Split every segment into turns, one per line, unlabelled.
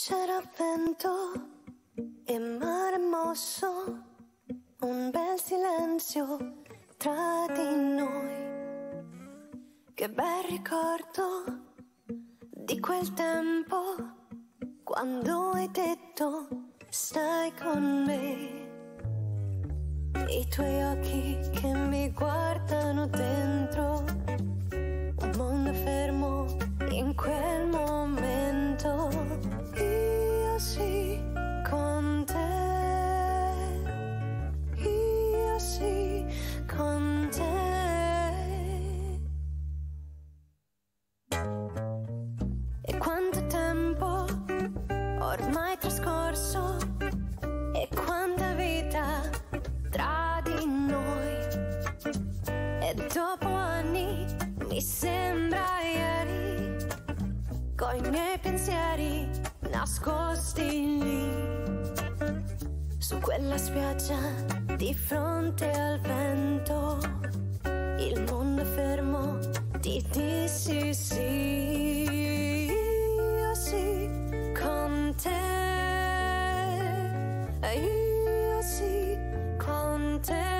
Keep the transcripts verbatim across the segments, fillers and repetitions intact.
C'era vento e mare mosso, un bel silenzio tra di noi. Che bel ricordo di quel tempo, quando hai detto stai con me. I tuoi occhi che mi guardano dentro, un mondo fermo in quel momento. Io sì, con te, io sì, con te. E quanto tempo ormai trascorso, e quanta vita tra di noi. E dopo anni mi sembra ieri, coi miei pensieri nascosti lì, su quella spiaggia di fronte al vento, il mondo fermo, ti dissi sì. Io sì, con te, io sì, con te.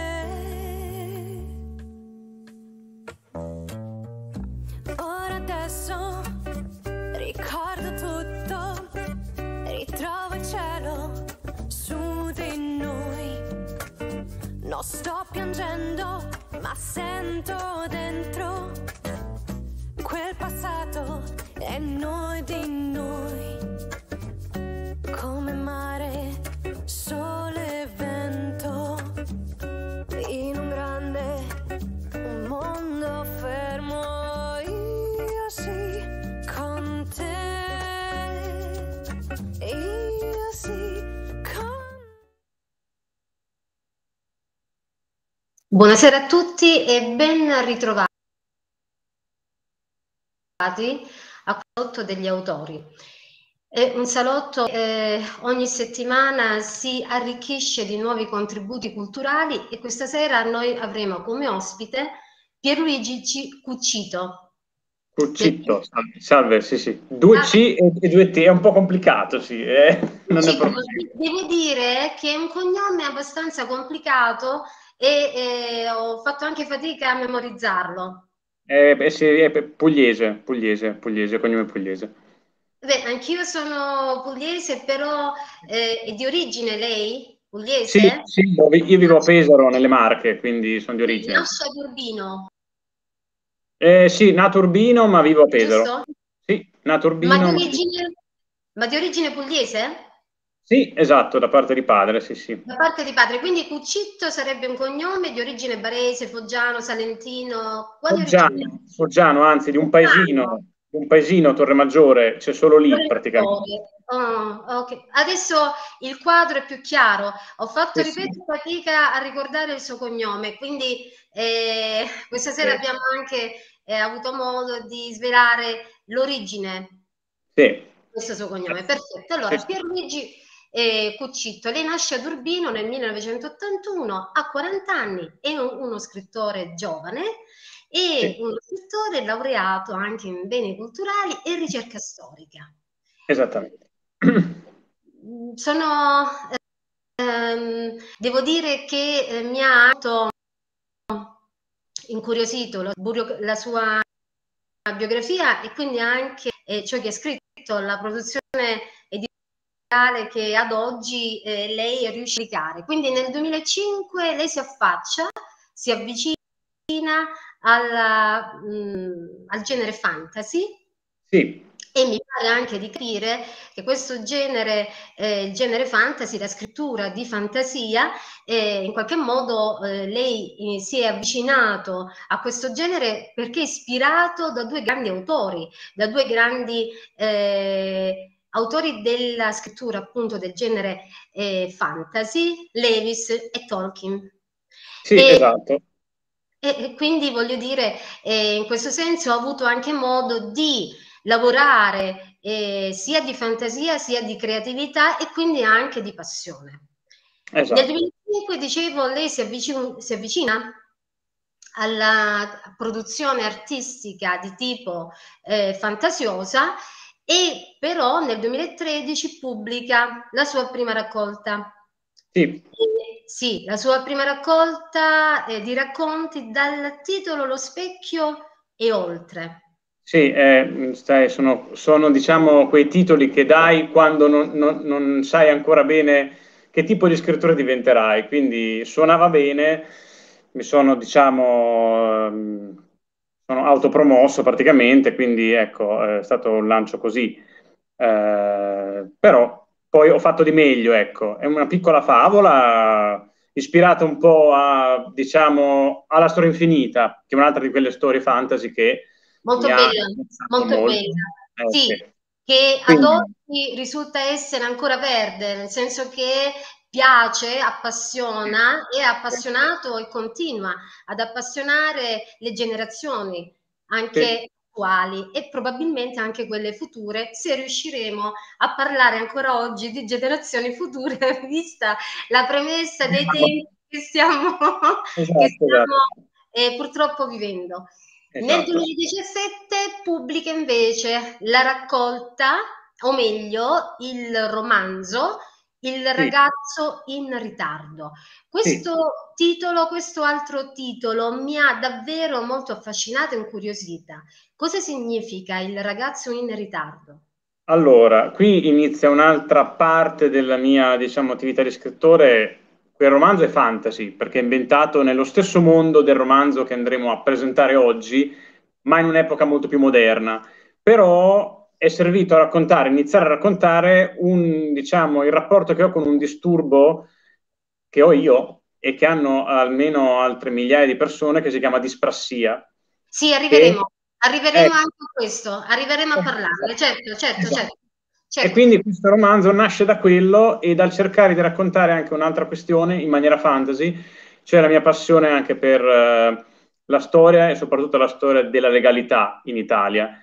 Ora adesso ricordo tutto, ritrovo il cielo su di noi. Non sto piangendo, ma sento dentro quel passato e noi di noi. Come mare, sole e vento, in un grande un mondo fermo. Io sì, con te, io sì, con...
Buonasera a tutti e ben ritrovati a Salotto degli Autori. È un salotto che eh, ogni settimana si arricchisce di nuovi contributi culturali, e questa sera noi avremo come ospite Pierluigi C. Cuccito.
Cuccitto, salve, salve, sì, sì. Due
Ah,
C e, e due T, è un po' complicato, sì, eh, non è
Cuccito,
proprio...
devo dire che è un cognome abbastanza complicato e eh, ho fatto anche fatica a memorizzarlo.
È, è, sì, è pugliese, pugliese, pugliese, cognome pugliese.
Beh, anch'io sono pugliese, però eh, è di origine lei?
Sì,
Pugliese?
sì, io vi- io vivo a Pesaro, nelle Marche, quindi sono di
Sì,
origine.
nasce ad Urbino,
Eh, sì, nato Urbino, ma vivo a Pesaro.
giusto?
Sì, nato
Ma di
Urbino, ma vivo...
origine, ma di origine pugliese?
Sì, esatto, da parte di padre, sì, sì.
Da parte di padre, quindi Cuccitto sarebbe un cognome di origine barese, foggiano, salentino. Quali origini?
Foggiano, Foggiano, anzi, di un
Foggiano.
paesino, di un paesino, Torremaggiore, c'è solo lì praticamente.
Torrenatore. Oh, ok. Adesso il quadro è più chiaro. Ho fatto,
Sì, sì.
ripeto, fatica a ricordare il suo cognome, quindi eh, questa sera
Eh,
abbiamo anche eh, avuto modo di svelare l'origine
sì.
di questo suo cognome. Perfetto.
Sì,
Allora,
sì.
Pierluigi eh, Cuccitto, lei nasce ad Urbino nel millenovecentottantuno, ha quaranta anni, è un- uno scrittore giovane e
Sì,
uno scrittore laureato anche in beni culturali e ricerca storica.
esattamente.
Mm, Sono, ehm, devo dire che eh, mi ha molto incuriosito la, la sua biografia, e quindi anche eh, ciò che ha scritto, la produzione editoriale che ad oggi eh, lei è riuscita a pubblicare. Quindi nel duemilacinque lei si affaccia, si avvicina alla, mh, al genere fantasy,
Sì,
e mi pare anche di capire che questo genere, eh, il genere fantasy, la scrittura di fantasia, eh, in qualche modo eh, lei eh, si è avvicinato a questo genere perché è ispirato da due grandi autori, da due grandi eh, autori della scrittura appunto del genere eh, fantasy, Lewis e Tolkien.
sì,
E,
esatto.
e, e quindi voglio dire, eh, in questo senso ho avuto anche modo di lavorare eh, sia di fantasia sia di creatività, e quindi anche di passione. Nel
Esatto.
duemilacinque, dicevo, lei si avvicina, si avvicina alla produzione artistica di tipo eh, fantasiosa, e però nel duemilatredici pubblica la sua prima raccolta.
Sì.
E, sì, la sua prima raccolta eh, di racconti dal titolo Lo specchio e oltre.
Sì, eh, stai, sono, sono diciamo quei titoli che dai quando non, non- non sai ancora bene che tipo di scrittore diventerai, quindi suonava bene, mi sono diciamo, ehm, sono autopromosso praticamente, quindi ecco, è stato un lancio così. Eh, però poi ho fatto di meglio, ecco, è una piccola favola ispirata un po' a, diciamo, alla Storia Infinita, che è un'altra di quelle storie fantasy che mi
Molto
ha
bella,
interessato
molto
molto.
bella.
Eh,
Sì,
sì.
che ad
Quindi,
oggi risulta essere ancora verde, nel senso che piace, appassiona, è appassionato e continua ad appassionare le generazioni
sì.
anche attuali e probabilmente anche quelle future, se riusciremo a parlare ancora oggi di generazioni future, vista la premessa dei tempi che stiamo, che
Esatto,
stiamo
esatto,
eh, purtroppo vivendo. Nel
esatto, sì.
duemiladiciassette pubblica invece la raccolta, o meglio, il romanzo Il
Sì,
ragazzo in ritardo.
sì.
Questo titolo, questo altro titolo mi ha davvero molto affascinata e incuriosita. Cosa significa il ragazzo in ritardo?
Allora, qui inizia un'altra parte della mia, diciamo, attività di scrittore. Quel romanzo è fantasy, perché è ambientato nello stesso mondo del romanzo che andremo a presentare oggi, ma in un'epoca molto più moderna. Però è servito a raccontare, iniziare a raccontare un, diciamo, il rapporto che ho con un disturbo che ho io e che hanno almeno altre migliaia di persone, che si chiama disprassia.
Sì,
Che
arriveremo,
è
arriveremo anche a questo, arriveremo a parlarne,
esatto,
certo, certo,
esatto.
certo,
E
certo.
quindi questo romanzo nasce da quello e dal cercare di raccontare anche un'altra questione in maniera fantasy, cioè la mia passione anche per eh, la storia e soprattutto la storia della legalità in Italia.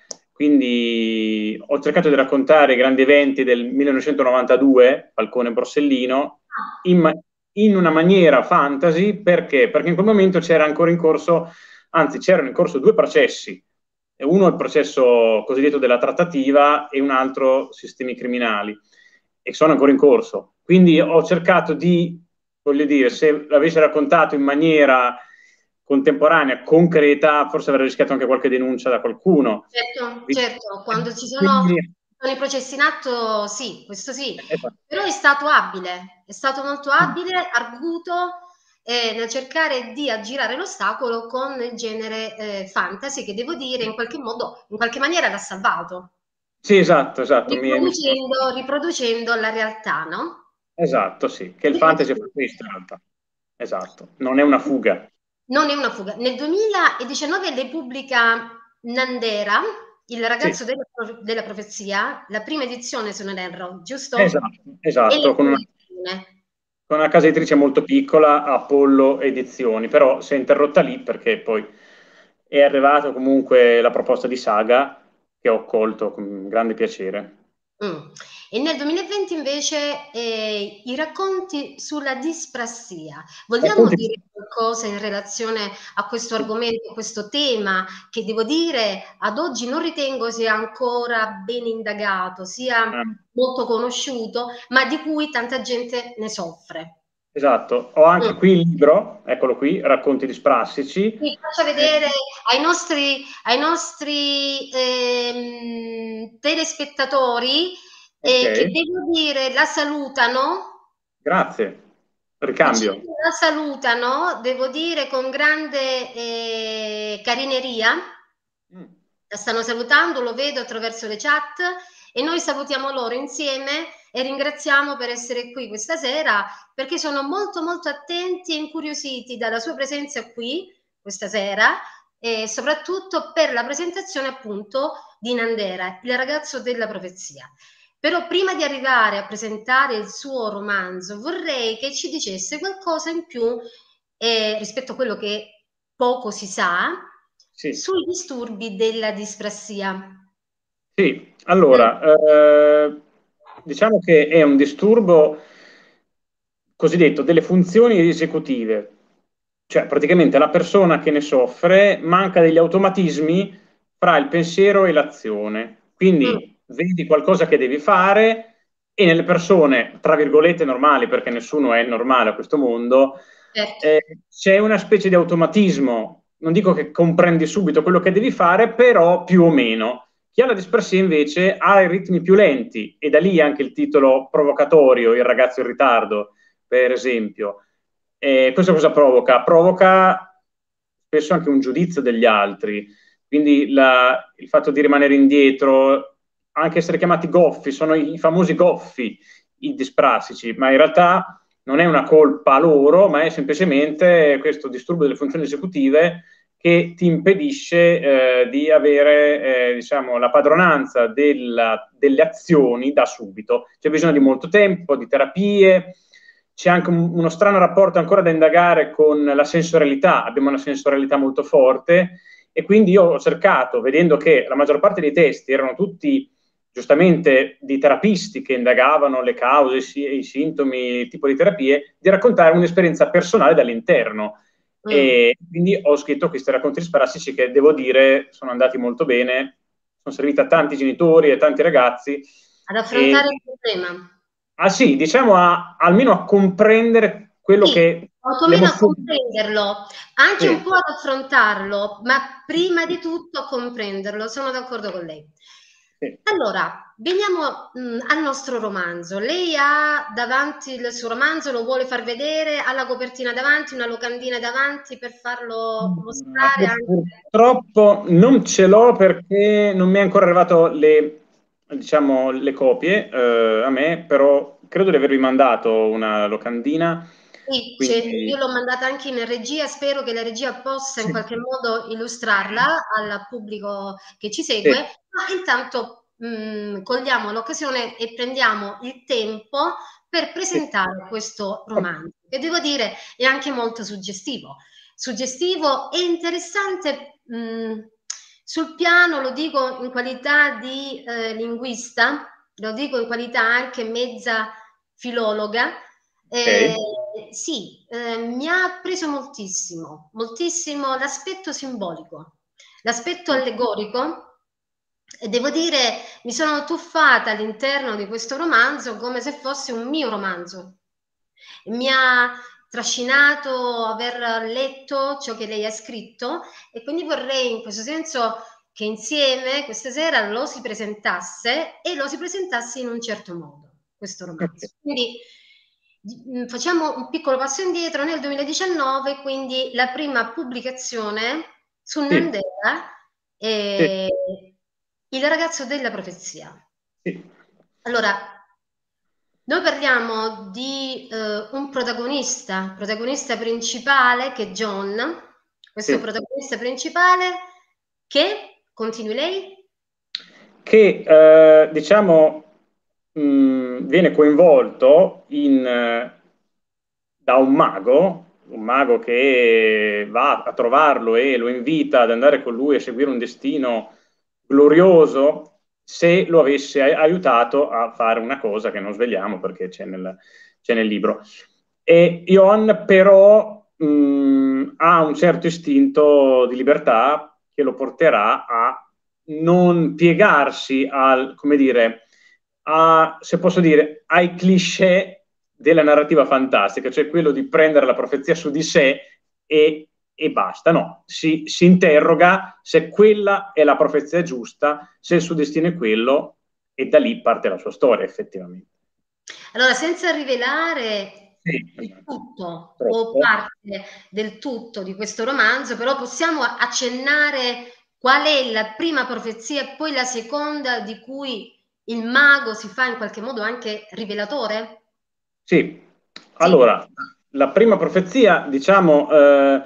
Quindi ho cercato di raccontare i grandi eventi del millenovecentonovantadue, Falcone e Borsellino, in, ma- in una maniera fantasy, perché? Perché in quel momento c'era ancora in corso, anzi c'erano in corso due processi, uno è il processo cosiddetto della trattativa e un altro sistemi criminali, e sono ancora in corso. Quindi ho cercato di, voglio dire, se l'avessi raccontato in maniera contemporanea, concreta, forse avrei rischiato anche qualche denuncia da qualcuno.
Certo, certo, quando ci sono,
Quindi,
sono i processi in atto, sì, questo sì,
esatto.
però è stato abile, è stato molto abile, arguto eh, nel cercare di aggirare l'ostacolo con il genere eh, fantasy, che devo dire in qualche modo, in qualche maniera l'ha salvato,
Sì, esatto, esatto, mi, mi sono...
riproducendo, riproducendo la realtà, no?
Esatto, sì, che il fantasy fa questo in realtà. Esatto, non è una fuga.
Non è una fuga. Nel duemiladiciannove lei pubblica Nandera, il
Sì,
ragazzo della, pro- della profezia, la prima edizione se non erro, giusto?
esatto,
E la
esatto, con una,
seconda edizione.
con una casa editrice molto piccola, Apollo Edizioni, però si è interrotta lì perché poi è arrivata comunque la proposta di Saga che ho colto con grande piacere.
Mm. E nel duemilaventi invece eh, i racconti sulla disprassia. Vogliamo
Racconti
dire qualcosa in relazione a questo
di...
argomento, a questo tema, che devo dire ad oggi non ritengo sia ancora ben indagato, sia molto conosciuto, ma di cui tanta gente ne soffre.
Esatto, ho anche
Mm.
qui il libro, eccolo qui, Racconti disprassici.
Mi faccia
Eh,
vedere ai nostri, ai nostri ehm, telespettatori
ok,
eh, che devo dire la salutano,
grazie.
Lucia
Ricambio.
la salutano, devo dire con grande eh, carineria.
Mm.
La stanno salutando, lo vedo attraverso le chat e noi salutiamo loro insieme e ringraziamo per essere qui questa sera perché sono molto molto attenti e incuriositi dalla sua presenza qui questa sera e soprattutto per la presentazione appunto di Nandera, il ragazzo della profezia. Però prima di arrivare a presentare il suo romanzo vorrei che ci dicesse qualcosa in più eh, rispetto a quello che poco si sa
Sì,
sui disturbi della disprassia.
sì,
Mm,
allora, eh, diciamo che è un disturbo cosiddetto delle funzioni esecutive, cioè praticamente la persona che ne soffre manca degli automatismi fra il pensiero e l'azione.
mm,
Quindi vedi qualcosa che devi fare e nelle persone, tra virgolette, normali, perché nessuno è normale a questo mondo,
certo.
eh, c'è una specie di automatismo. Non dico che comprendi subito quello che devi fare, però più o meno. Chi ha la dispersia invece ha i ritmi più lenti e da lì anche il titolo provocatorio, il ragazzo in ritardo, per esempio. E questo cosa provoca? Provoca spesso anche un giudizio degli altri, quindi la, il fatto di rimanere indietro, anche essere chiamati goffi, sono i, i famosi goffi, i disprassici, ma in realtà non è una colpa loro, ma è semplicemente questo disturbo delle funzioni esecutive che ti impedisce eh, di avere eh, diciamo, la padronanza della, delle azioni da subito. C'è bisogno di molto tempo, di terapie, c'è anche un, uno strano rapporto ancora da indagare con la sensorialità, abbiamo una sensorialità molto forte e quindi io ho cercato, vedendo che la maggior parte dei testi erano tutti giustamente di terapisti che indagavano le cause, i sintomi, il tipo di terapie, di raccontare un'esperienza personale dall'interno. Mm. E quindi ho scritto questi racconti sparassici che devo dire sono andati molto bene, sono serviti a tanti genitori e tanti ragazzi.
Ad affrontare
e...
il problema.
Ah sì, diciamo a, almeno a comprendere quello
sì,
che...
quantomeno a comprenderlo, anche
sì.
un po' ad affrontarlo, ma prima di tutto a comprenderlo, sono d'accordo con lei. Sì. Allora, veniamo mh, al nostro romanzo. Lei ha davanti il suo romanzo, lo vuole far vedere, ha la copertina davanti, una locandina davanti per farlo mostrare? Anche...
Purtroppo non ce l'ho perché non mi è ancora arrivato le, diciamo, le copie eh, a me, però credo di avervi mandato una locandina.
Sì,
quindi...
io l'ho mandata anche in regia, spero che la regia possa in qualche modo illustrarla al pubblico che ci segue, sì. Ma intanto mh, cogliamo l'occasione e prendiamo il tempo per presentare sì. questo romanzo, che devo dire è anche molto suggestivo, suggestivo e interessante mh, sul piano, lo dico in qualità di eh, linguista, lo dico in qualità anche mezza filologa. Eh, okay. Sì, eh, mi ha preso moltissimo, moltissimo l'aspetto simbolico, l'aspetto allegorico, e devo dire mi sono tuffata all'interno di questo romanzo come se fosse un mio romanzo. Mi ha trascinato aver letto ciò che lei ha scritto e quindi vorrei in questo senso che insieme questa sera lo si presentasse e lo si presentasse in un certo modo, questo romanzo. Okay. Quindi facciamo un piccolo passo indietro nel duemiladiciannove, quindi la prima pubblicazione su Nandera, sì. eh, sì. Il ragazzo della profezia. Sì. Allora, noi parliamo di eh, un protagonista, protagonista principale che è John, questo sì. protagonista principale che, continui lei?
Che eh, diciamo mh, viene coinvolto in, eh, da un mago, un mago che va a trovarlo e lo invita ad andare con lui a seguire un destino glorioso se lo avesse aiutato a fare una cosa che non svegliamo perché c'è nel, c'è nel libro. E Jon però mh, ha un certo istinto di libertà che lo porterà a non piegarsi al, come dire, a, se posso dire, ai cliché della narrativa fantastica, cioè quello di prendere la profezia su di sé e, e basta, no, si, si interroga se quella è la profezia giusta, se il suo destino è quello, e da lì parte la sua storia effettivamente.
Allora, senza rivelare sì, il tutto troppo. O parte del tutto di questo romanzo, però possiamo accennare qual è la prima profezia e poi la seconda di cui il mago si fa in qualche modo anche rivelatore?
Sì, allora, sì. La prima profezia, diciamo, eh,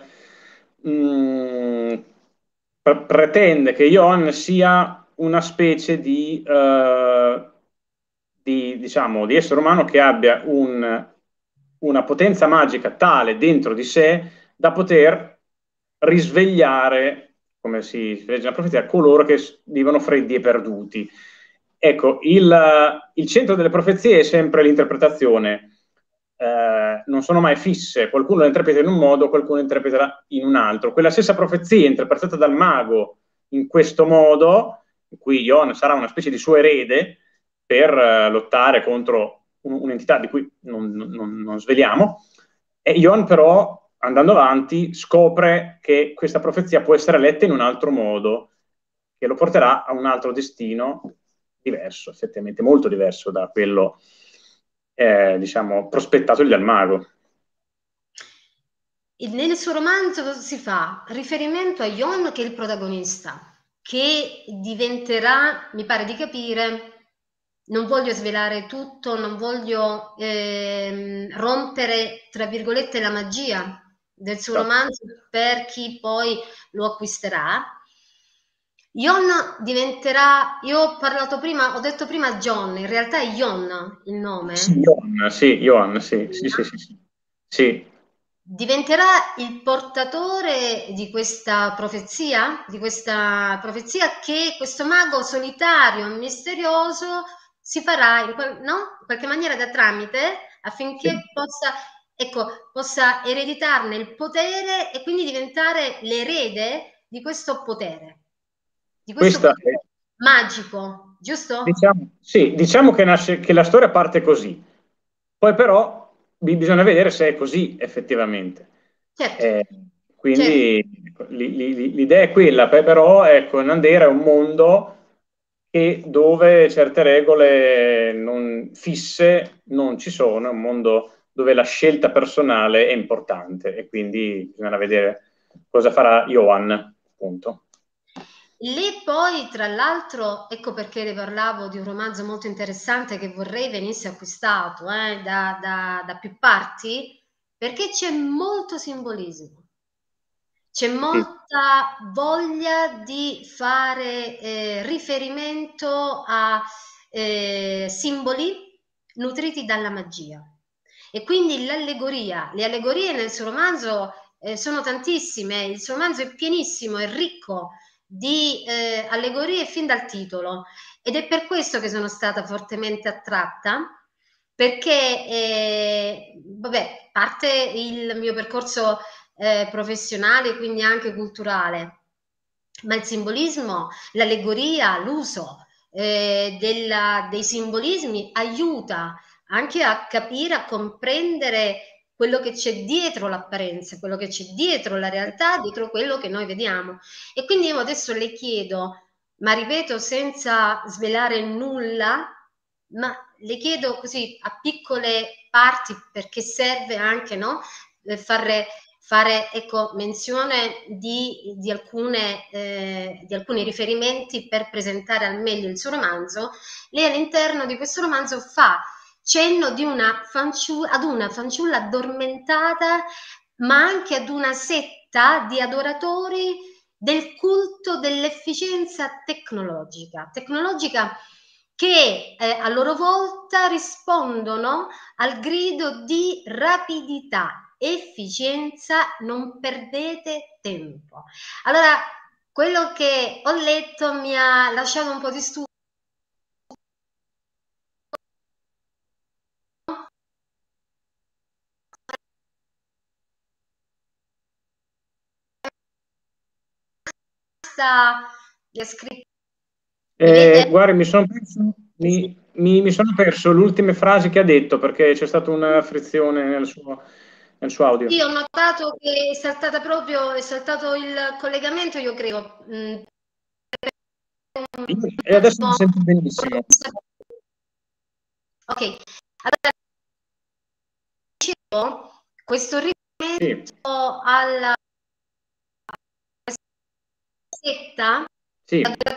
mh, pre- pretende che Jon sia una specie di, eh, di, diciamo, di essere umano che abbia un, una potenza magica tale dentro di sé da poter risvegliare, come si legge nella profezia, coloro che vivono freddi e perduti. Ecco, il, il centro delle profezie è sempre l'interpretazione. Eh, non sono mai fisse, qualcuno la interpreta in un modo, qualcuno la interpreta in un altro. Quella stessa profezia interpretata dal mago in questo modo in cui Ion sarà una specie di suo erede per uh, lottare contro un, un'entità di cui non, non, non sveliamo, e Ion però, andando avanti, scopre che questa profezia può essere letta in un altro modo, che lo porterà a un altro destino diverso, effettivamente molto diverso da quello, eh, diciamo, prospettatogli dal mago.
Nel suo romanzo si fa riferimento a Ion, che è il protagonista, che diventerà, mi pare di capire, non voglio svelare tutto, non voglio ehm, rompere, tra virgolette, la magia del suo romanzo per chi poi lo acquisterà. Ion diventerà, io ho parlato prima, ho detto prima John, in realtà è Ion il nome.
Sì, Ion, sì, Ion, sì, sì, sì, sì, sì. Sì.
Diventerà il portatore di questa profezia, di questa profezia che questo mago solitario e misterioso si farà in, no? in qualche maniera da tramite affinché sì. possa, ecco, possa ereditarne il potere e quindi diventare l'erede di questo potere, di questo
Questa
potere
è...
magico, giusto?
Diciamo, sì, diciamo che, nasce, che la storia parte così, poi però bisogna vedere se è così effettivamente.
Certo.
Eh, quindi
certo.
l'idea è quella, però ecco, Nandera è un mondo che, dove certe regole non fisse non ci sono, è un mondo dove la scelta personale è importante e quindi bisogna vedere cosa farà Johan, appunto.
Lì poi, tra l'altro, ecco perché le parlavo di un romanzo molto interessante che vorrei venisse acquistato eh, da, da, da più parti, perché c'è molto simbolismo, c'è molta voglia di fare eh, riferimento a eh, simboli nutriti dalla magia. E quindi l'allegoria, le allegorie nel suo romanzo eh, sono tantissime, il suo romanzo è pienissimo, è ricco di eh, allegorie fin dal titolo, ed è per questo che sono stata fortemente attratta, perché eh, vabbè, parte il mio percorso eh, professionale, quindi anche culturale, ma il simbolismo, l'allegoria, l'uso eh, della, dei simbolismi aiuta anche a capire, a comprendere quello che c'è dietro l'apparenza, quello che c'è dietro la realtà, dietro quello che noi vediamo. E quindi io adesso le chiedo, ma ripeto senza svelare nulla, ma le chiedo così a piccole parti, perché serve anche, no, fare, fare ecco, menzione di, di, alcune, eh, di alcuni riferimenti per presentare al meglio il suo romanzo. Lei all'interno di questo romanzo fa cenno di una fanciulla, ad una fanciulla addormentata, ma anche ad una setta di adoratori del culto dell'efficienza tecnologica, tecnologica che eh, a loro volta rispondono al grido di rapidità, efficienza, non perdete tempo. Allora, quello che ho letto mi ha lasciato un po' di stupido.
Eh, guardi, mi sono perso, mi, mi, mi sono perso le ultime frasi che ha detto perché c'è stata una frizione nel suo, nel suo audio.
Sì, ho notato che è saltata proprio, è saltato il collegamento, io credo. Mm.
E adesso mi sento benissimo.
Ok, allora dicevo, questo riferimento sì. alla setta
sì.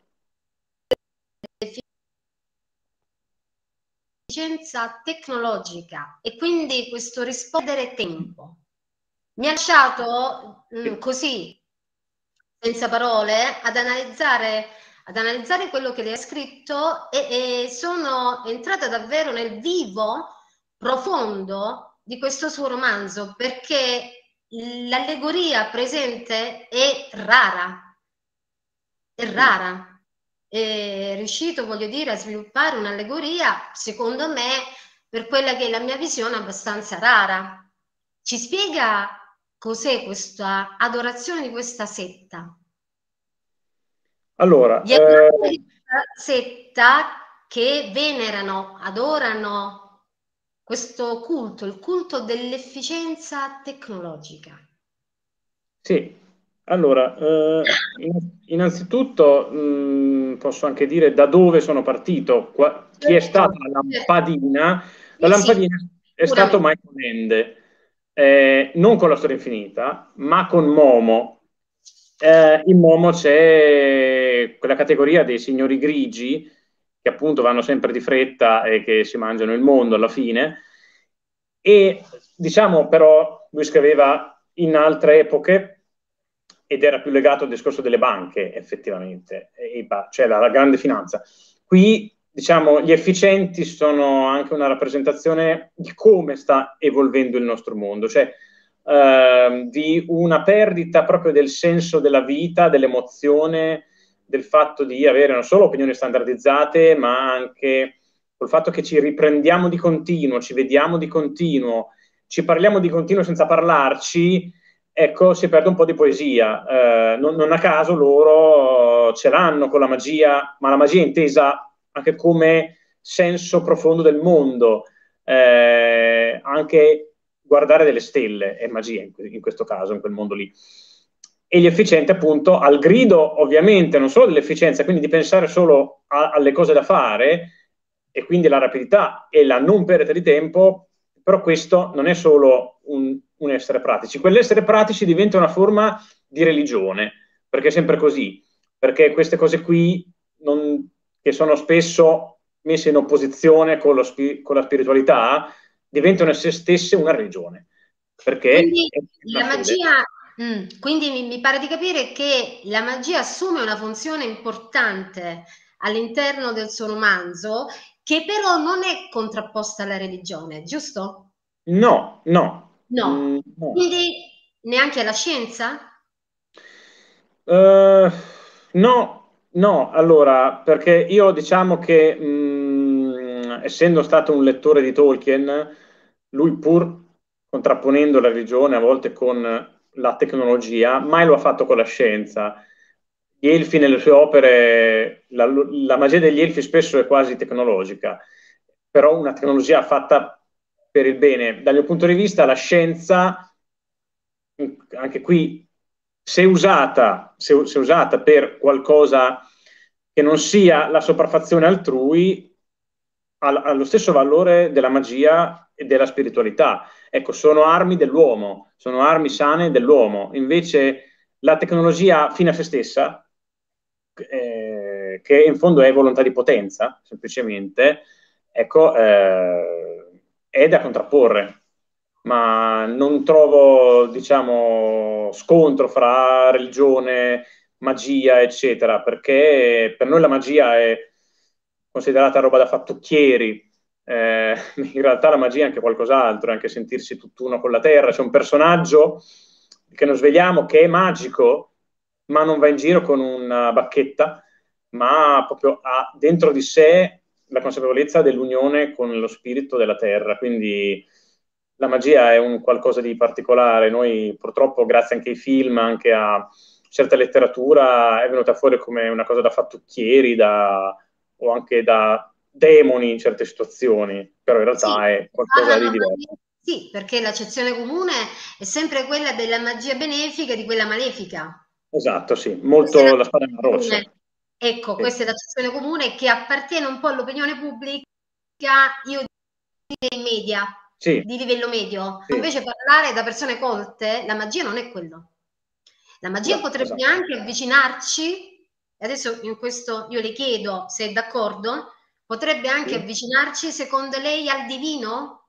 efficienza tecnologica e quindi questo rispondere tempo mi ha lasciato mh, così senza parole ad analizzare ad analizzare quello che lei ha scritto e, e sono entrata davvero nel vivo profondo di questo suo romanzo, perché l'allegoria presente è rara, è rara. È riuscito, voglio dire, a sviluppare un'allegoria, secondo me, per quella che è la mia visione, abbastanza rara. Ci spiega cos'è questa adorazione di questa setta?
Allora,
Gli amanti,
eh...
setta che venerano, adorano questo culto, il culto dell'efficienza tecnologica.
Sì, allora, eh, innanzitutto mh, posso anche dire da dove sono partito. Qua, chi è
Certo,
stata la lampadina? La
sì, sì,
lampadina è stato
sicuramente.
Michael Ende, eh, non con La Storia Infinita, ma con Momo. Eh, in Momo c'è quella categoria dei signori grigi che appunto vanno sempre di fretta e che si mangiano il mondo alla fine. E diciamo però, lui scriveva in altre epoche ed era più legato al discorso delle banche, effettivamente, cioè la, la grande finanza. Qui, diciamo, gli efficienti sono anche una rappresentazione di come sta evolvendo il nostro mondo, cioè eh, di una perdita proprio del senso della vita, dell'emozione, del fatto di avere non solo opinioni standardizzate, ma anche col fatto che ci riprendiamo di continuo, ci vediamo di continuo, ci parliamo di continuo senza parlarci, ecco, si perde un po' di poesia. Eh, non, non a caso loro ce l'hanno con la magia, ma la magia intesa anche come senso profondo del mondo, eh, anche guardare delle stelle è magia in, in questo caso, in quel mondo lì. E gli efficienti appunto al grido ovviamente non solo dell'efficienza, quindi di pensare solo a, alle cose da fare e quindi la rapidità e la non perdita di tempo, però questo non è solo un, un essere pratici, quell'essere pratici diventa una forma di religione, perché è sempre così, perché queste cose qui non, che sono spesso messe in opposizione con, lo spi- con la spiritualità, diventano se stesse una religione, perché
Quindi
è una
la
fede.
magia, mm, quindi mi, mi pare di capire che la magia assume una funzione importante all'interno del suo romanzo, che però non è contrapposta alla religione, giusto?
No, no,
No.
mm, no.
Quindi neanche alla scienza?
Uh, no, no, allora, perché io diciamo che mh, essendo stato un lettore di Tolkien, lui pur contrapponendo la religione a volte con la tecnologia, mai lo ha fatto con la scienza. Gli elfi nelle sue opere, la, la magia degli elfi spesso è quasi tecnologica, però una tecnologia fatta per il bene. Dal mio punto di vista, la scienza, anche qui, se usata, se, se usata per qualcosa che non sia la sopraffazione altrui, ha, ha lo stesso valore della magia e della spiritualità. Ecco, sono armi dell'uomo, sono armi sane dell'uomo. Invece la tecnologia fine a se stessa, eh, che in fondo è volontà di potenza, semplicemente, ecco, eh, è da contrapporre. Ma non trovo, diciamo, scontro fra religione, magia, eccetera, perché per noi la magia è considerata roba da fattucchieri. Eh, in realtà la magia è anche qualcos'altro, è anche sentirsi tutt'uno con la terra. C'è un personaggio che non svegliamo che è magico, ma non va in giro con una bacchetta, ma proprio ha dentro di sé la consapevolezza dell'unione con lo spirito della terra. Quindi la magia è un qualcosa di particolare. Noi purtroppo, grazie anche ai film, anche a certa letteratura, è venuta fuori come una cosa da fattucchieri, da, o anche da demoni in certe situazioni, però in
Sì,
realtà è qualcosa di
parlano
diverso.
magia- sì, perché l'accezione comune è sempre quella della magia benefica e di quella malefica.
Esatto, sì,
Questa è
molto la spada
l'accezione
rossa.
comune. Ecco,
Sì,
questa è l'accezione comune che appartiene un po' all'opinione pubblica, io direi media,
sì,
di livello medio.
sì,
Invece parlare da persone colte, la magia non è quello. La magia
esatto,
potrebbe
esatto.
anche avvicinarci, e adesso in questo io le chiedo se è d'accordo, potrebbe anche
Sì.
avvicinarci secondo lei al divino?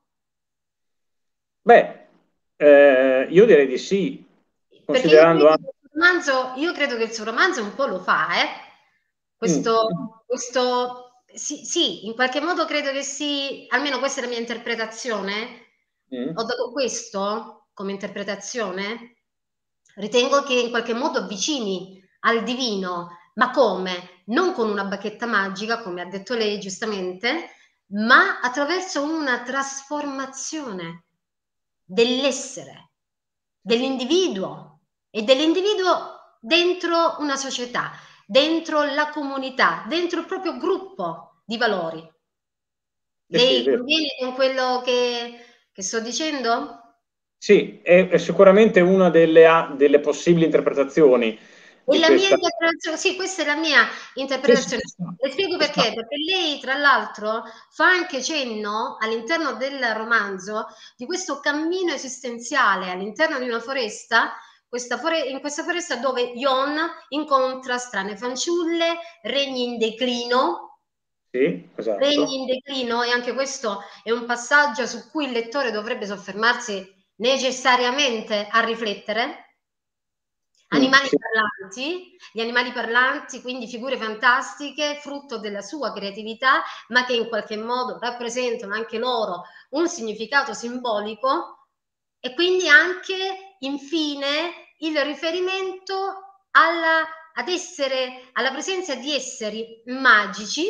Beh, eh, io direi di sì,
Perché io
considerando
credo
anche...
che il suo romanzo, io credo che il suo romanzo un po' lo fa, eh?
Mm,
Questo,
mm,
questo sì, sì, in qualche modo credo che sì, almeno questa è la mia interpretazione. Ho
mm.
dato questo come interpretazione. Ritengo che in qualche modo avvicini al divino, ma come? Non con una bacchetta magica, come ha detto lei giustamente, ma attraverso una trasformazione dell'essere, dell'individuo e dell'individuo dentro una società. dentro la comunità, dentro il proprio gruppo di valori.
Eh
Lei
sì,
conviene con quello che, che sto dicendo?
sì, è, è sicuramente una delle, delle possibili interpretazioni
E
di
la mia
questa.
interpretazione, sì, questa è la mia
Sì, sì,
interpretazione.
ci sta,
Le spiego
ci sta.
perché, perché lei, tra l'altro, fa anche cenno all'interno del romanzo di questo cammino esistenziale all'interno di una foresta, questa fore in questa foresta dove Jon incontra strane fanciulle, regni in declino,
Sì, esatto.
regni in declino, e anche questo è un passaggio su cui il lettore dovrebbe soffermarsi necessariamente a riflettere.
Mm,
Animali
sì.
parlanti, gli animali parlanti, quindi figure fantastiche, frutto della sua creatività, ma che in qualche modo rappresentano anche loro un significato simbolico, e quindi anche, infine, il riferimento alla, ad essere, alla presenza di esseri magici,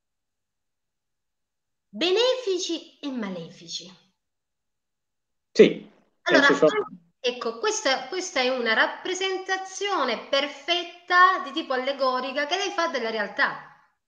benefici e malefici.
Sì,
Allora,
ci sono.
ecco, questa, questa è una rappresentazione perfetta di tipo allegorica che lei fa della realtà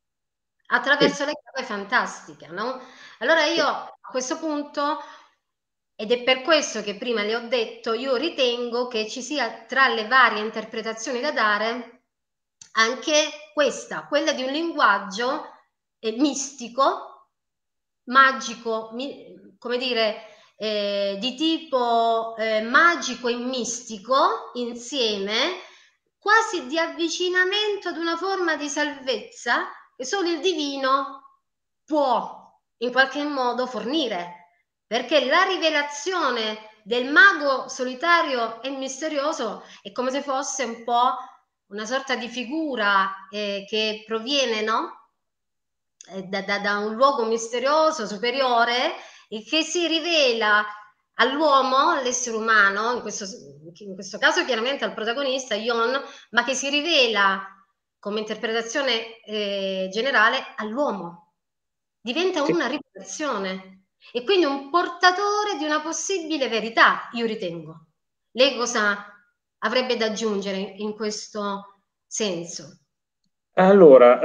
Sì,
attraverso la chiave fantastica, no? Allora io
sì.
a questo punto, ed è per questo che prima le ho detto, io ritengo che ci sia tra le varie interpretazioni da dare anche questa, quella di un linguaggio eh, mistico, magico, mi, come dire, eh, di tipo eh, magico e mistico insieme, quasi di avvicinamento ad una forma di salvezza che solo il divino può in qualche modo fornire, perché la rivelazione del mago solitario e misterioso è come se fosse un po' una sorta di figura eh, che proviene, no? Da, da, da un luogo misterioso, superiore, e che si rivela all'uomo, all'essere umano, in questo, in questo caso chiaramente al protagonista, Jon, ma che si rivela come interpretazione eh, generale all'uomo. Diventa
Sì.
una rivelazione e quindi un portatore di una possibile verità, io ritengo. Lei cosa avrebbe da aggiungere in questo senso?
Allora,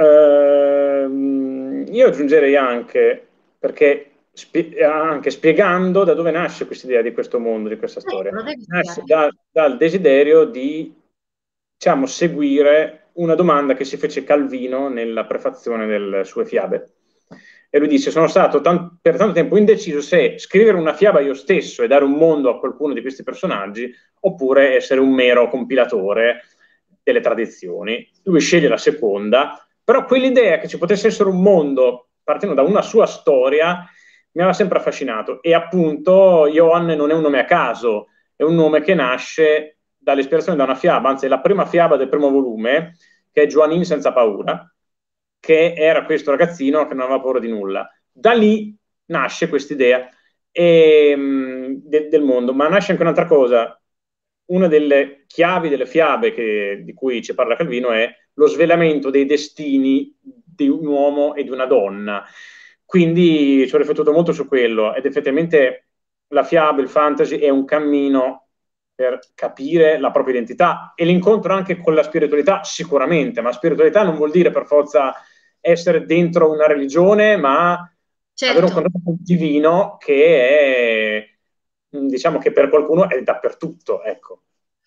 ehm, io aggiungerei anche, perché spie- anche spiegando da dove nasce questa idea di questo mondo, di questa storia.
Eh, lo devi
Nasce
spiegare.
da- dal desiderio di, diciamo, seguire una domanda che si fece Calvino nella prefazione delle sue fiabe. E lui disse: sono stato tan- per tanto tempo indeciso se scrivere una fiaba io stesso e dare un mondo a qualcuno di questi personaggi, oppure essere un mero compilatore delle tradizioni. Lui sceglie la seconda, però quell'idea che ci potesse essere un mondo partendo da una sua storia mi aveva sempre affascinato. E appunto Jon non è un nome a caso, è un nome che nasce dall'ispirazione da una fiaba, anzi è la prima fiaba del primo volume, che è Joanin senza paura, che era questo ragazzino che non aveva paura di nulla. Da lì nasce questa idea e, mh, de, del mondo, ma nasce anche un'altra cosa. Una delle chiavi delle fiabe che, di cui ci parla Calvino è lo svelamento dei destini di un uomo e di una donna. Quindi ci ho riflettuto molto su quello ed effettivamente la fiaba, il fantasy è un cammino per capire la propria identità e l'incontro anche con la spiritualità sicuramente, ma spiritualità non vuol dire per forza essere dentro una religione, ma avere un
Certo.
contatto con il divino che è, diciamo che per qualcuno è dappertutto, ecco.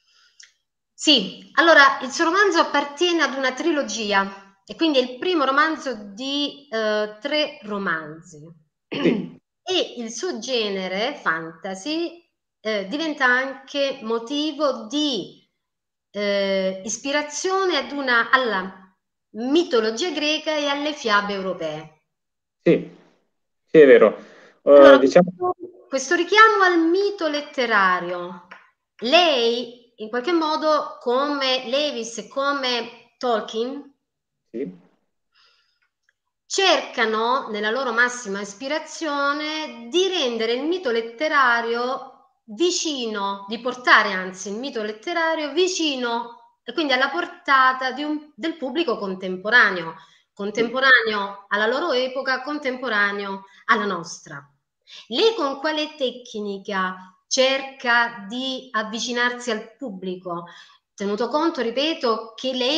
Sì, allora il suo romanzo appartiene ad una trilogia e quindi è il primo romanzo di eh, tre romanzi.
Sì,
E il suo genere fantasy eh, diventa anche motivo di eh, ispirazione ad una, alla mitologia greca e alle fiabe europee.
sì, sì, è vero. Uh,
Allora,
diciamo,
questo, questo richiamo al mito letterario, lei in qualche modo, come Lewis e come Tolkien,
sì,
cercano nella loro massima ispirazione di rendere il mito letterario vicino, di portare anzi il mito letterario vicino e quindi alla portata di un, del pubblico contemporaneo,
sì.
contemporaneo alla loro epoca, contemporaneo alla nostra. Lei con quale tecnica cerca di avvicinarsi al pubblico? Tenuto conto, ripeto, che lei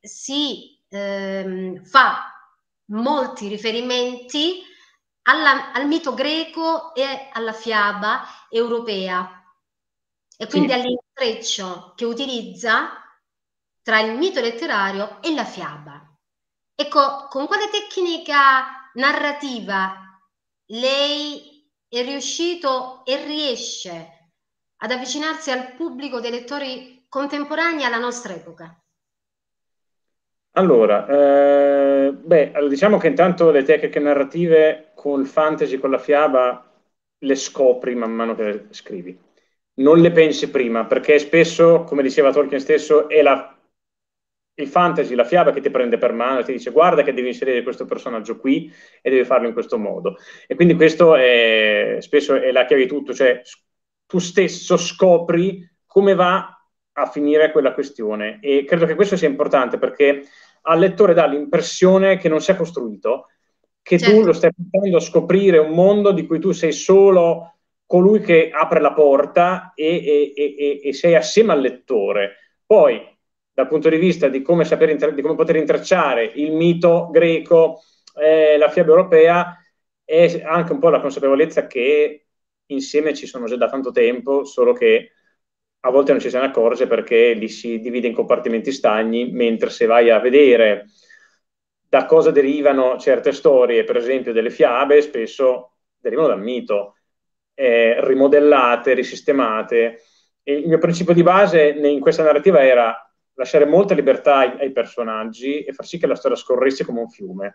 si ehm, fa molti riferimenti alla, al mito greco e alla fiaba europea, e quindi sì, all'intreccio che utilizza tra il mito letterario e la fiaba. Ecco, con quale tecnica narrativa lei è riuscito e riesce ad avvicinarsi al pubblico dei lettori contemporanei alla nostra epoca?
Allora, eh, beh, diciamo che intanto le tecniche narrative con il fantasy, con la fiaba, le scopri man mano che le scrivi. Non le pensi prima, perché spesso, come diceva Tolkien stesso, è la, il fantasy, la fiaba che ti prende per mano e ti dice guarda che devi inserire questo personaggio qui e devi farlo in questo modo. E quindi questo è, spesso è la chiave di tutto, cioè tu stesso scopri come va a finire quella questione, e credo che questo sia importante perché al lettore dà l'impressione che non sia costruito, che certo, tu lo stai portando a scoprire un mondo di cui tu sei solo colui che apre la porta e, e, e, e sei assieme al lettore. Poi, dal punto di vista di come, sapere inter- di come poter intrecciare il mito greco, eh, la fiaba europea, è anche un po' la consapevolezza che insieme ci sono già da tanto tempo, solo che a volte non ci se ne accorge perché li si divide in compartimenti stagni, mentre se vai a vedere da cosa derivano certe storie, per esempio delle fiabe, spesso derivano dal mito, eh, rimodellate, risistemate. E il mio principio di base in questa narrativa era lasciare molta libertà ai, ai personaggi e far sì che la storia scorresse come un fiume.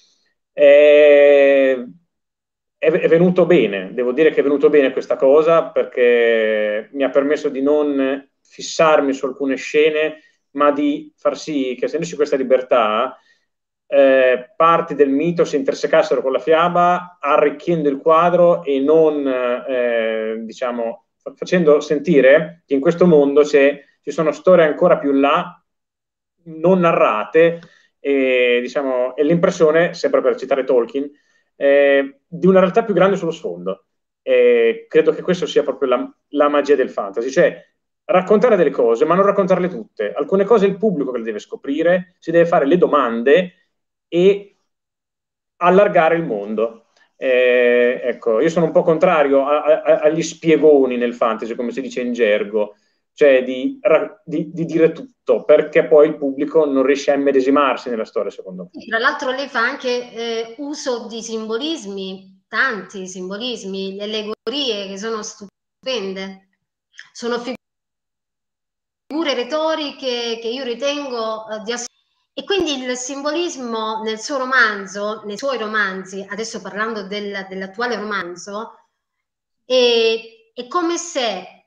Eh, è, è venuto bene, devo dire che è venuto bene questa cosa perché mi ha permesso di non fissarmi su alcune scene, ma di far sì che, essendoci questa libertà, eh, parti del mito si intersecassero con la fiaba, arricchendo il quadro e non, eh, diciamo, facendo sentire che in questo mondo c'è, ci sono storie ancora più là, non narrate, e, diciamo, e l'impressione, sempre per citare Tolkien, eh, di una realtà più grande sullo sfondo. E credo che questo sia proprio la, la magia del fantasy, cioè raccontare delle cose, ma non raccontarle tutte. Alcune cose è il pubblico che le deve scoprire, si deve fare le domande e allargare il mondo. Eh, ecco, io sono un po' contrario a, a, agli spiegoni nel fantasy, come si dice in gergo, cioè di, di, di dire tutto, perché poi il pubblico non riesce a immedesimarsi nella storia, secondo me.
Tra l'altro lei fa anche eh, uso di simbolismi, tanti simbolismi, le allegorie che sono stupende, sono figure retoriche che io ritengo eh, di assoluto. E quindi il simbolismo nel suo romanzo, nei suoi romanzi, adesso parlando del, dell'attuale romanzo, è, è come se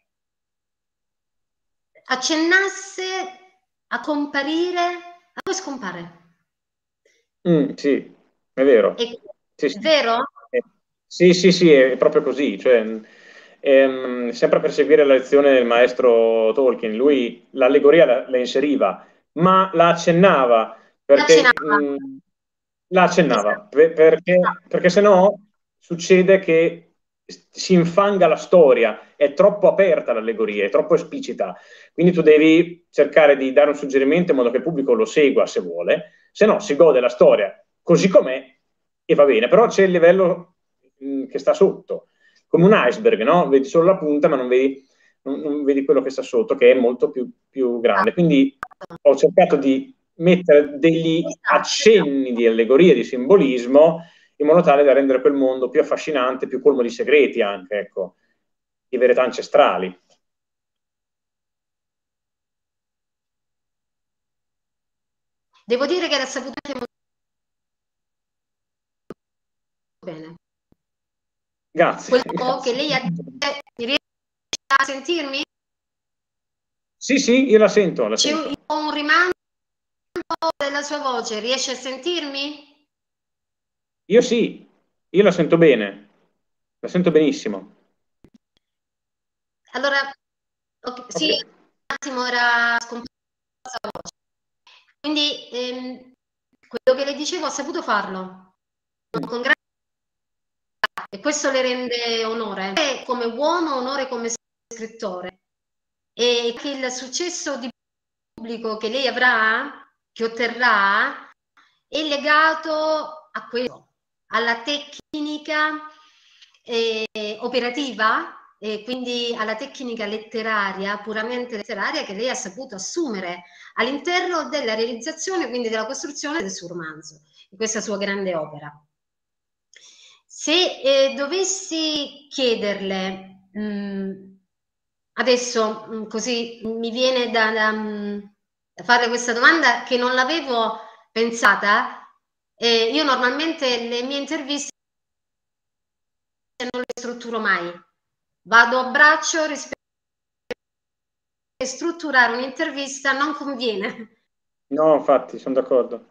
accennasse a comparire, a poi scompare.
Mm, sì, è vero.
È,
sì,
è
sì.
vero?
Eh, sì, sì, sì, è proprio così. Cioè, ehm, sempre per seguire la lezione del maestro Tolkien, lui l'allegoria la, la inseriva, ma la accennava, perché
La accennava.
mh, la accennava,
Esatto.
per- perché,
Esatto.
perché se no succede che si infanga la storia, è troppo aperta l'allegoria, è troppo esplicita. Quindi tu devi cercare di dare un suggerimento in modo che il pubblico lo segua se vuole, se no si gode la storia così com'è e va bene, però c'è il livello mh, che sta sotto, come un iceberg, no? Vedi solo la punta ma non vedi, non, non vedi quello che sta sotto, che è molto più, più grande. Quindi ho cercato di mettere degli accenni di allegoria, di simbolismo, in modo tale da rendere quel mondo più affascinante, più colmo di segreti anche, ecco, di verità ancestrali.
Devo dire che l'ha saputo anche molto bene.
Grazie.
Quello
grazie.
che lei ha detto, riesce a sentirmi?
Sì, sì, io la sento. La
C'è
sento.
un, un rimando della sua voce, riesce a sentirmi?
Io sì, io la sento bene, la sento benissimo.
Allora, okay, sì,
Okay.
un attimo era scomparsa la voce. Quindi ehm, quello che le dicevo ha saputo farlo con grande, e questo le rende onore come uomo, onore come scrittore, e che il successo di pubblico che lei avrà che otterrà è legato a questo, alla tecnica eh, operativa e quindi alla tecnica letteraria, puramente letteraria, che lei ha saputo assumere all'interno della realizzazione, quindi della costruzione del suo romanzo, di questa sua grande opera. Se eh, dovessi chiederle, mh, adesso mh, così mi viene da, da, da fare questa domanda che non l'avevo pensata, eh, io normalmente le mie interviste non le strutturo mai, vado a braccio rispetto a strutturare un'intervista non conviene.
No, infatti, sono d'accordo.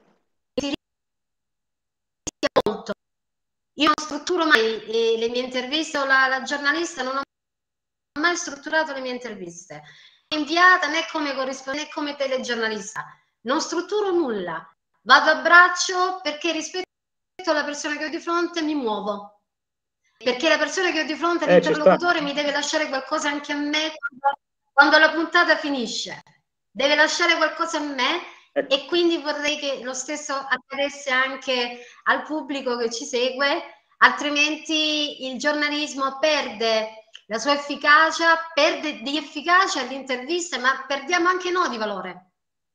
Molto. Io non strutturo mai eh, le mie interviste, o la, la giornalista non ho mai strutturato le mie interviste, inviata né come corrispondente né come telegiornalista, non strutturo nulla, vado a braccio perché rispetto alla persona che ho di fronte mi muovo, perché la persona che ho di fronte,
Eh,
l'interlocutore, mi deve lasciare qualcosa anche a me quando, quando la puntata finisce, deve lasciare qualcosa a me eh. E quindi vorrei che lo stesso accadesse anche al pubblico che ci segue, altrimenti il giornalismo perde la sua efficacia, perde di efficacia l'intervista, ma perdiamo anche noi di valore.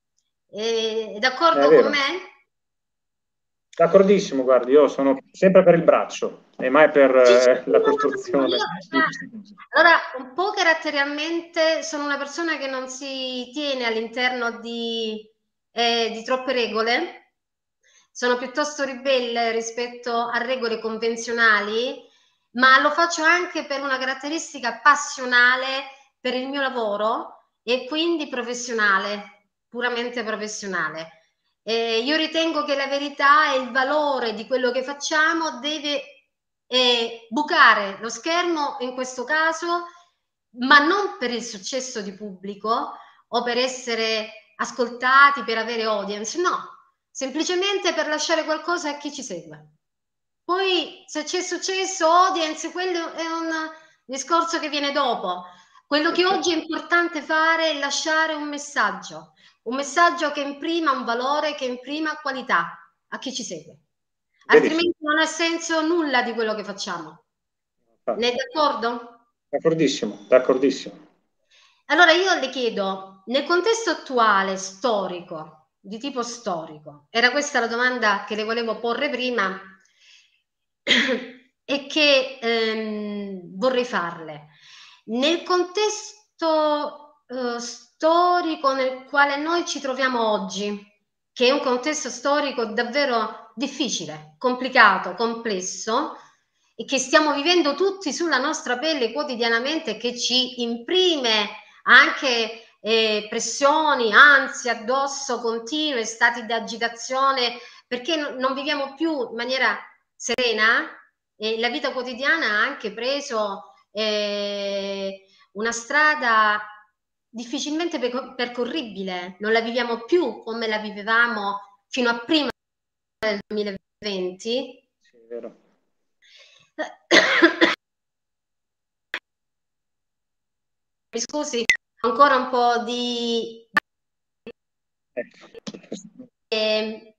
È d'accordo con me?
D'accordissimo, guardi, io sono sempre per il braccio e mai per eh, la costruzione.
Allora, un po' caratterialmente sono una persona che non si tiene all'interno di, eh, di troppe regole, sono piuttosto ribelle rispetto a regole convenzionali, ma lo faccio anche per una caratteristica passionale per il mio lavoro e quindi professionale, puramente professionale. Eh, io ritengo che la verità e il valore di quello che facciamo deve eh, bucare lo schermo in questo caso, ma non per il successo di pubblico o per essere ascoltati, per avere audience, no, semplicemente per lasciare qualcosa a chi ci segue. Poi se c'è successo, audience, quello è un discorso che viene dopo. Quello che oggi è importante fare è lasciare un messaggio, un messaggio che imprima un valore, che imprima qualità a chi ci segue. Altrimenti non ha senso nulla di quello che facciamo. Ne è d'accordo?
D'accordissimo, d'accordissimo.
Allora io le chiedo, nel contesto attuale, storico, di tipo storico, era questa la domanda che le volevo porre prima e che ehm, vorrei farle. Nel contesto eh, storico nel quale noi ci troviamo oggi, che è un contesto storico davvero difficile, complicato, complesso, e che stiamo vivendo tutti sulla nostra pelle quotidianamente, che ci imprime anche eh, pressioni, ansie addosso continue, stati di agitazione, perché no, non viviamo più in maniera serena e la vita quotidiana ha anche preso eh, una strada difficilmente percorribile, non la viviamo più come la vivevamo fino a prima del duemilaventi.
Sì, è vero.
Mi scusi, ancora un po' di... Eh,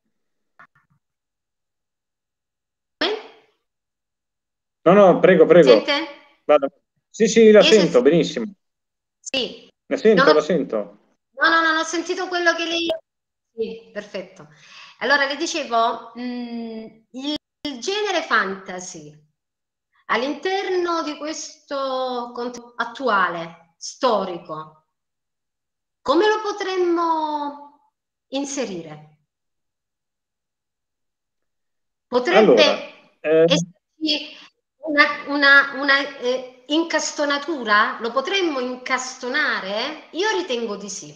No, no, prego, prego.
Sente?
Vado. Sì, sì, la
Riesce
sento,
a...
benissimo.
Sì.
La sento,
No,
la sento.
No, no, non ho sentito quello che lei... Sì, perfetto. Allora, le dicevo, mh, il, il genere fantasy all'interno di questo contesto attuale, storico, come lo potremmo inserire? Potrebbe
allora, eh...
esserci una, una, una eh, incastonatura? Lo potremmo incastonare? Io ritengo di sì.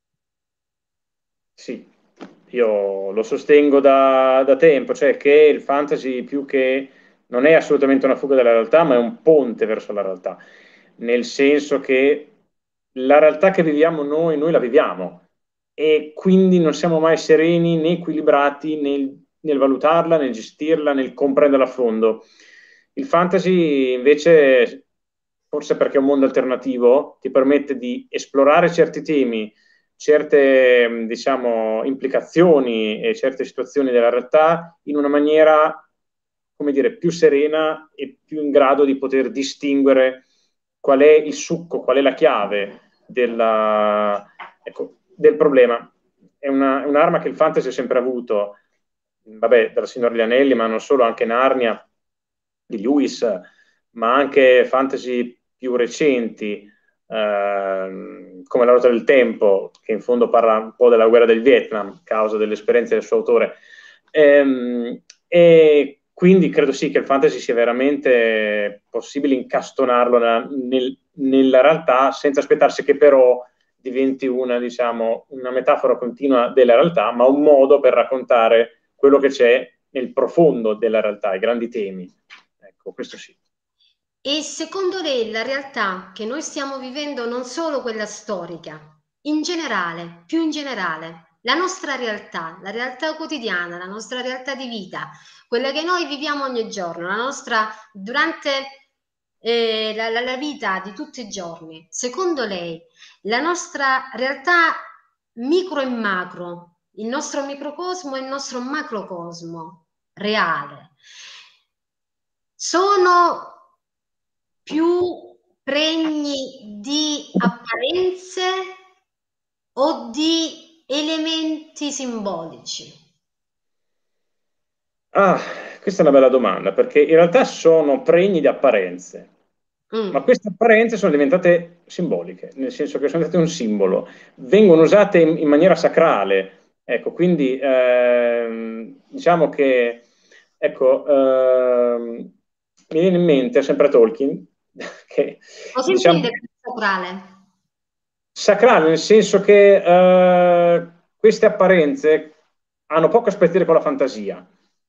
Sì, io lo sostengo da, da tempo, cioè che il fantasy più che non è assolutamente una fuga dalla realtà, ma è un ponte verso la realtà, nel senso che la realtà che viviamo noi, noi la viviamo e quindi non siamo mai sereni né equilibrati nel, nel valutarla, nel gestirla, nel comprenderla a fondo. Il fantasy invece, forse perché è un mondo alternativo, ti permette di esplorare certi temi certe, diciamo, implicazioni e certe situazioni della realtà in una maniera, come dire, più serena e più in grado di poter distinguere qual è il succo, qual è la chiave della, ecco, del problema. È una, è un'arma che il fantasy ha sempre avuto, vabbè, dalla Signora degli Anelli, ma non solo, anche Narnia di Lewis, ma anche fantasy più recenti, eh, come La Ruota del Tempo, che in fondo parla un po' della guerra del Vietnam, a causa delle esperienze del suo autore. Ehm, e quindi credo sì che il fantasy sia veramente possibile incastonarlo nella, nel, nella realtà, senza aspettarsi che però diventi una, diciamo, una metafora continua della realtà, ma un modo per raccontare quello che c'è nel profondo della realtà, i grandi temi. Ecco, questo sì.
E secondo lei la realtà che noi stiamo vivendo, non solo quella storica, in generale, più in generale, la nostra realtà, la realtà quotidiana, la nostra realtà di vita, quella che noi viviamo ogni giorno, la nostra durante eh, la, la, la vita di tutti i giorni, secondo lei la nostra realtà micro e macro, il nostro microcosmo e il nostro macrocosmo reale, sono più pregni di apparenze o di elementi simbolici?
Ah, questa è una bella domanda, perché in realtà sono pregni di apparenze,
Mm.
ma queste apparenze sono diventate simboliche, nel senso che sono diventate un simbolo, vengono usate in, in maniera sacrale, ecco, quindi ehm, diciamo che, ecco, ehm, mi viene in mente sempre Tolkien, che
Cosa
diciamo
intende per sacrale?
sacrale, nel senso che eh, queste apparenze hanno poco a spartire con la fantasia.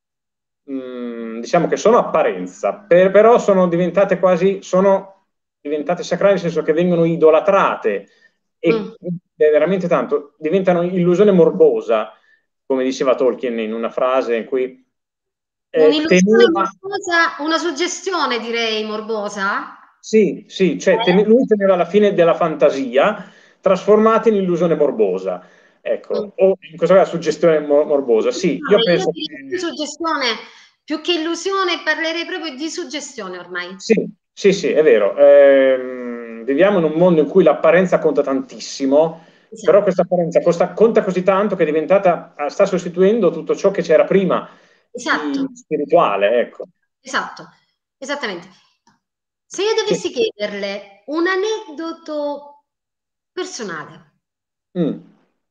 Mm, diciamo che sono apparenza, per- però sono diventate quasi, sono diventate sacrali nel senso che vengono idolatrate e
Mm.
eh, veramente tanto, diventano illusione morbosa, come diceva Tolkien in una frase in cui eh,
Un'illusione
temeva,
morbosa, una suggestione direi morbosa?
sì, sì, cioè teme-
Eh?
lui temeva la fine della fantasia trasformata in illusione morbosa,
Mm.
ecco, o in questo caso suggestione mo- morbosa, sì, io
Io
penso
direi più
che
suggestione, più che illusione, parlerei proprio di suggestione ormai.
sì, sì, sì, è vero. Ehm, viviamo in un mondo in cui l'apparenza conta tantissimo, però
Esatto,
questa apparenza costa- conta così tanto che è diventata, sta sostituendo tutto ciò che c'era prima
esatto,
di spirituale, ecco.
esatto, esattamente. Se io
Sì.
dovessi chiederle un aneddoto personale,
Mm.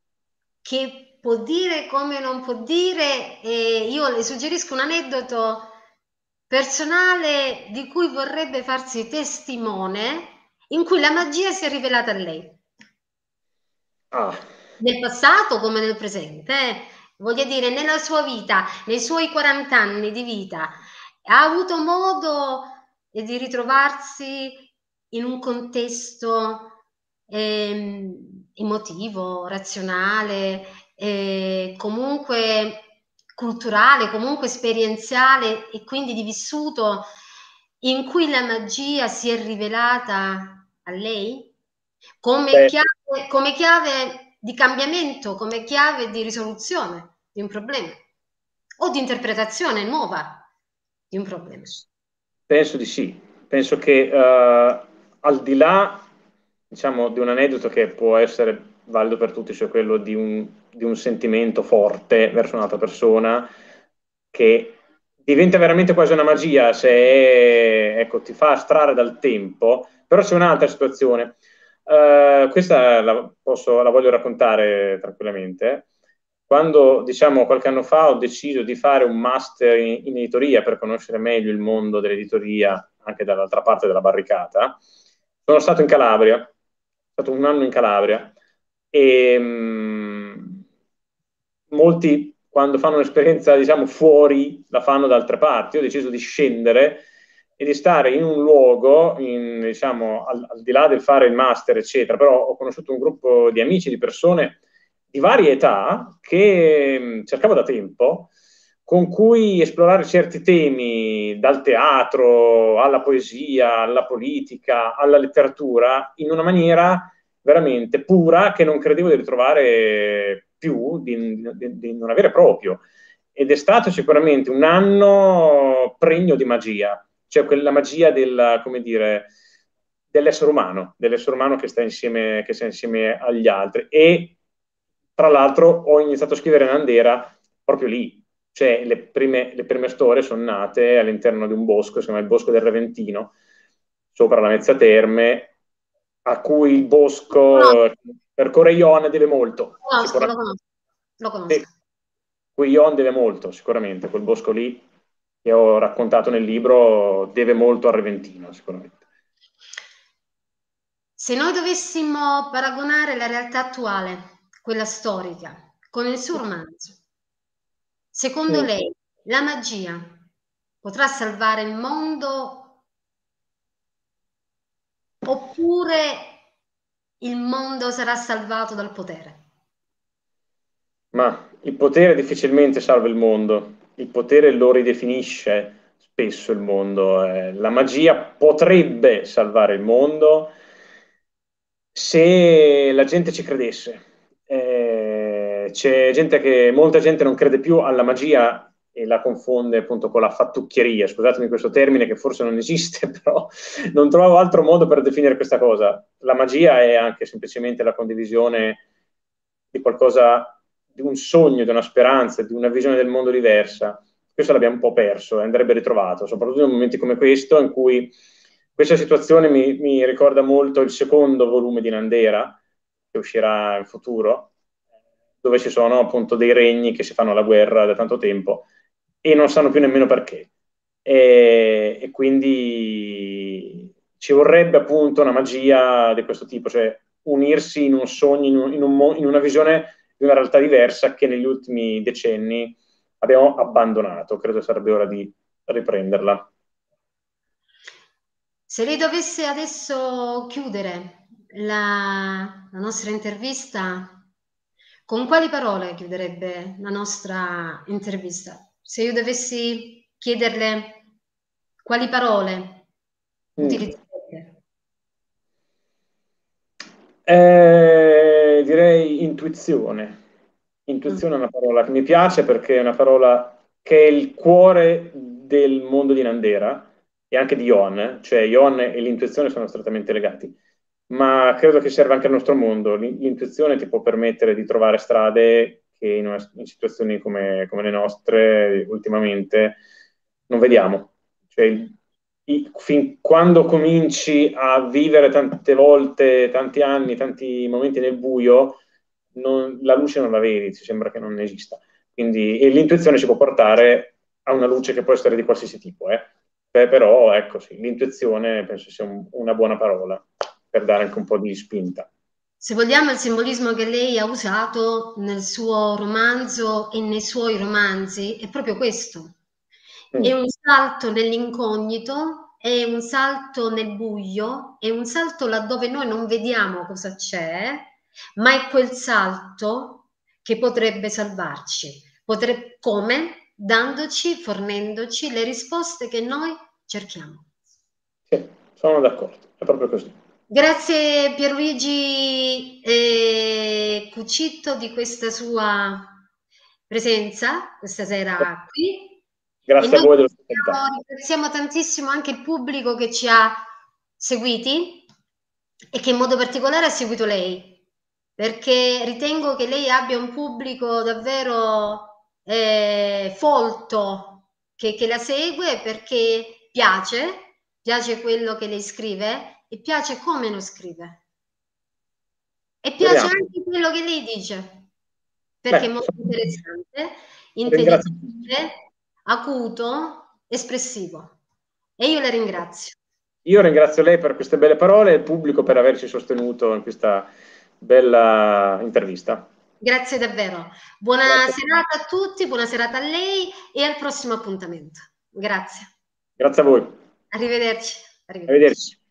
che può dire come non può dire, e io le suggerisco un aneddoto personale di cui vorrebbe farsi testimone, in cui la magia si è rivelata a lei,
Ah,
nel passato come nel presente, eh. Voglio dire, nella sua vita, nei suoi quaranta anni di vita, ha avuto modo eh, di ritrovarsi in un contesto ehm, emotivo, razionale, eh, comunque culturale, comunque esperienziale e quindi di vissuto in cui la magia si è rivelata a lei come
beh,
chiave, come chiave di cambiamento, come chiave di risoluzione di un problema o di interpretazione nuova di un problema.
penso di sì. Penso che eh, al di là, diciamo, di un aneddoto che può essere valido per tutti, cioè quello di un, di un sentimento forte verso un'altra persona, che diventa veramente quasi una magia se ecco, ti fa astrarre dal tempo, però c'è un'altra situazione. Eh, questa la, posso, la voglio raccontare tranquillamente. Quando, diciamo, qualche anno fa ho deciso di fare un master in, in editoria per conoscere meglio il mondo dell'editoria anche dall'altra parte della barricata, sono stato in Calabria, sono stato un anno in Calabria e mh, molti quando fanno un'esperienza, diciamo, fuori la fanno da altre parti. Io ho deciso di scendere e di stare in un luogo, in, diciamo, al, al di là del fare il master, eccetera, però ho conosciuto un gruppo di amici, di persone di varie età che mh, cercavo da tempo, con cui esplorare certi temi, dal teatro alla poesia, alla politica, alla letteratura, in una maniera veramente pura che non credevo di ritrovare più, di, di, di non avere proprio. Ed è stato sicuramente un anno pregno di magia, cioè quella magia del, come dire, dell'essere umano, dell'essere umano che sta insieme, che sta insieme agli altri. E tra l'altro ho iniziato a scrivere Nandera proprio lì, cioè le prime, le prime storie sono nate all'interno di un bosco, si chiama il Bosco del Reventino, sopra la Mezzia Terme, a cui il bosco per Coreion deve molto.
Lo conosco, lo
Sicuramente.
conosco, lo
Sì,
conosco.
Coreion deve molto, sicuramente. Quel bosco lì che ho raccontato nel libro deve molto al Reventino, sicuramente.
Se noi dovessimo paragonare la realtà attuale, quella storica, con il suo romanzo, secondo
Mm.
lei la magia potrà salvare il mondo oppure il mondo sarà salvato dal potere?
Ma il potere difficilmente salva il mondo, il potere lo ridefinisce spesso il mondo. Eh, la magia potrebbe salvare il mondo se la gente ci credesse. Eh, c'è gente che, molta gente non crede più alla magia e la confonde appunto con la fattucchieria. Scusatemi questo termine che forse non esiste, però non trovavo altro modo per definire questa cosa. La magia è anche semplicemente la condivisione di qualcosa, di un sogno, di una speranza, di una visione del mondo diversa. Questo l'abbiamo un po' perso e andrebbe ritrovato, soprattutto in momenti come questo in cui questa situazione mi, mi ricorda molto il secondo volume di Nandera, che uscirà in futuro, dove ci sono appunto dei regni che si fanno la guerra da tanto tempo e non sanno più nemmeno perché. E, e quindi ci vorrebbe appunto una magia di questo tipo, cioè unirsi in un sogno, in, un, in, un, in una visione di una realtà diversa che negli ultimi decenni abbiamo abbandonato. Credo sarebbe ora di riprenderla.
Se lei dovesse adesso chiudere la, la nostra intervista, con quali parole chiuderebbe la nostra intervista? Se io dovessi chiederle quali parole
Mm.
utilizzerebbe?
Eh, direi intuizione.
Mm.
Intuizione è una parola che mi piace perché è una parola che è il cuore del mondo di Nandera e anche di Ion, eh. Cioè Ion e l'intuizione sono strettamente legati, ma credo che serva anche al nostro mondo. L'in- L'intuizione ti può permettere di trovare strade che in, una- in situazioni come, come le nostre ultimamente non vediamo. Cioè, il- i- fin quando cominci a vivere tante volte, tanti anni, tanti momenti nel buio, non- la luce non la vedi, ti sembra che non esista. Quindi, e l'intuizione ci può portare a una luce che può essere di qualsiasi tipo, eh. Beh, però, ecco, sì, l'intuizione penso sia un- una buona parola per dare anche un po' di spinta.
Se vogliamo, il simbolismo che lei ha usato nel suo romanzo e nei suoi romanzi è proprio questo. È
Mm.
un salto nell'incognito, è un salto nel buio, è un salto laddove noi non vediamo cosa c'è, ma è quel salto che potrebbe salvarci. Potre- come? Dandoci, fornendoci le risposte che noi cerchiamo.
Sì, sono d'accordo, è proprio così.
Grazie Pierluigi eh, Cucitto di questa sua presenza questa sera qui e
Grazie a
noi
voi dell'ospitalità.
ringraziamo, ringraziamo tantissimo anche il pubblico che ci ha seguiti e che in modo particolare ha seguito lei, perché ritengo che lei abbia un pubblico davvero eh, folto che, che la segue perché piace, piace quello che lei scrive e piace come lo scrive. E piace
Speriamo.
anche quello che lei dice, perché è
Beh,
molto interessante,
ringrazio tutti.
intelligente, acuto, espressivo. E io la ringrazio.
Io ringrazio lei per queste belle parole e il pubblico per averci sostenuto in questa bella intervista.
Grazie davvero. Buona
Grazie,
serata a tutti, buona serata a lei e al prossimo appuntamento. Grazie.
grazie a voi.
Arrivederci. Arrivederci.
Arrivederci.